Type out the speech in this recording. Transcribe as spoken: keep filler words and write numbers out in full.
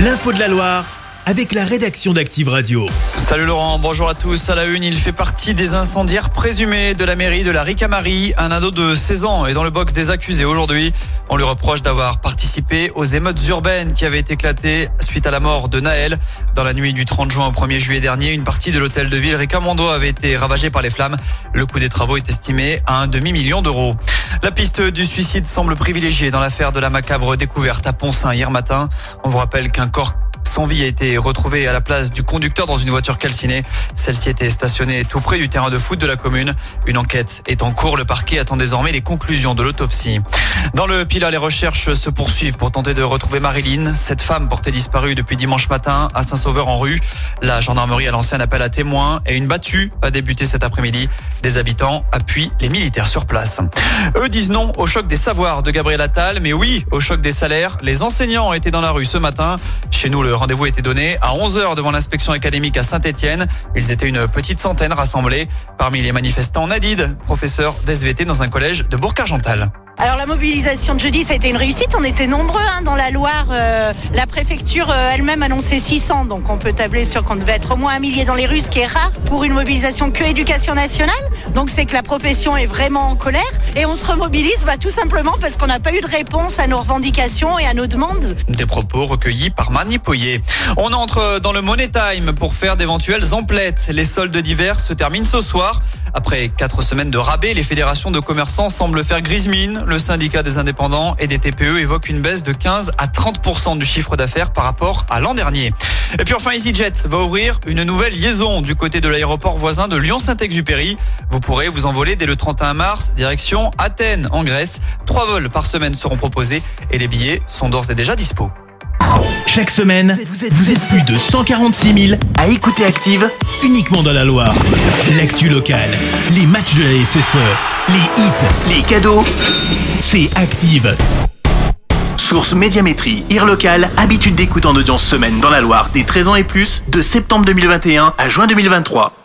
L'info de la Loire avec la rédaction d'Active Radio. Salut Laurent, bonjour à tous. À la une, il fait partie des incendiaires présumés de la mairie de la Ricamarie. Un ado de seize ans est dans le box des accusés aujourd'hui. On lui reproche d'avoir participé aux émeutes urbaines qui avaient éclaté suite à la mort de Naël. Dans la nuit du trente juin au premier juillet dernier, une partie de l'hôtel de ville Ricamondo avait été ravagée par les flammes. Le coût des travaux est estimé à un demi-million d'euros. La piste du suicide semble privilégiée dans l'affaire de la macabre découverte à Pont-Saint hier matin. On vous rappelle qu'un corps sans vie a été retrouvé à la place du conducteur dans une voiture calcinée. Celle-ci était stationnée tout près du terrain de foot de la commune. Une enquête est en cours. Le parquet attend désormais les conclusions de l'autopsie. Dans le Pilat, les recherches se poursuivent pour tenter de retrouver Marilyn, cette femme portée disparue depuis dimanche matin à Saint-Sauveur-en-Rue. La gendarmerie a lancé un appel à témoins et une battue a débuté cet après-midi. Des habitants appuient les militaires sur place. Eux disent non au choc des savoirs de Gabriel Attal, mais oui au choc des salaires. Les enseignants étaient dans la rue ce matin. Chez nous, le rendez-vous était donné à onze heures devant l'inspection académique à Saint-Étienne. Ils étaient une petite centaine rassemblés. Parmi les manifestants, Nadide, professeur d'S V T dans un collège de Bourg-Argental. Alors la mobilisation de jeudi, ça a été une réussite. On était nombreux hein, dans la Loire. Euh, la préfecture euh, elle-même annonçait six cents. Donc on peut tabler sur qu'on devait être au moins un millier dans les rues, ce qui est rare pour une mobilisation que éducation nationale. Donc c'est que la profession est vraiment en colère. Et on se remobilise bah, tout simplement parce qu'on n'a pas eu de réponse à nos revendications et à nos demandes. Des propos recueillis par Marnie Poyer. On entre dans le Money Time pour faire d'éventuelles emplettes. Les soldes d'hiver se terminent ce soir. Après quatre semaines de rabais, les fédérations de commerçants semblent faire grise mine. Le syndicat des indépendants et des T P E évoque une baisse de quinze à trente pour cent du chiffre d'affaires par rapport à l'an dernier. Et puis enfin, EasyJet va ouvrir une nouvelle liaison du côté de l'aéroport voisin de Lyon-Saint-Exupéry. Vous pourrez vous envoler dès le trente et un mars, direction Athènes en Grèce. Trois vols par semaine seront proposés et les billets sont d'ores et déjà dispo. Chaque semaine, vous êtes, vous êtes plus de cent quarante-six mille à écouter Active uniquement dans la Loire. L'actu locale, les matchs de la S S E, les hits, les cadeaux, c'est Active. Source Médiamétrie, I R local, habitude d'écoute en audience semaine dans la Loire des treize ans et plus, de septembre deux mille vingt et un à juin deux mille vingt-trois.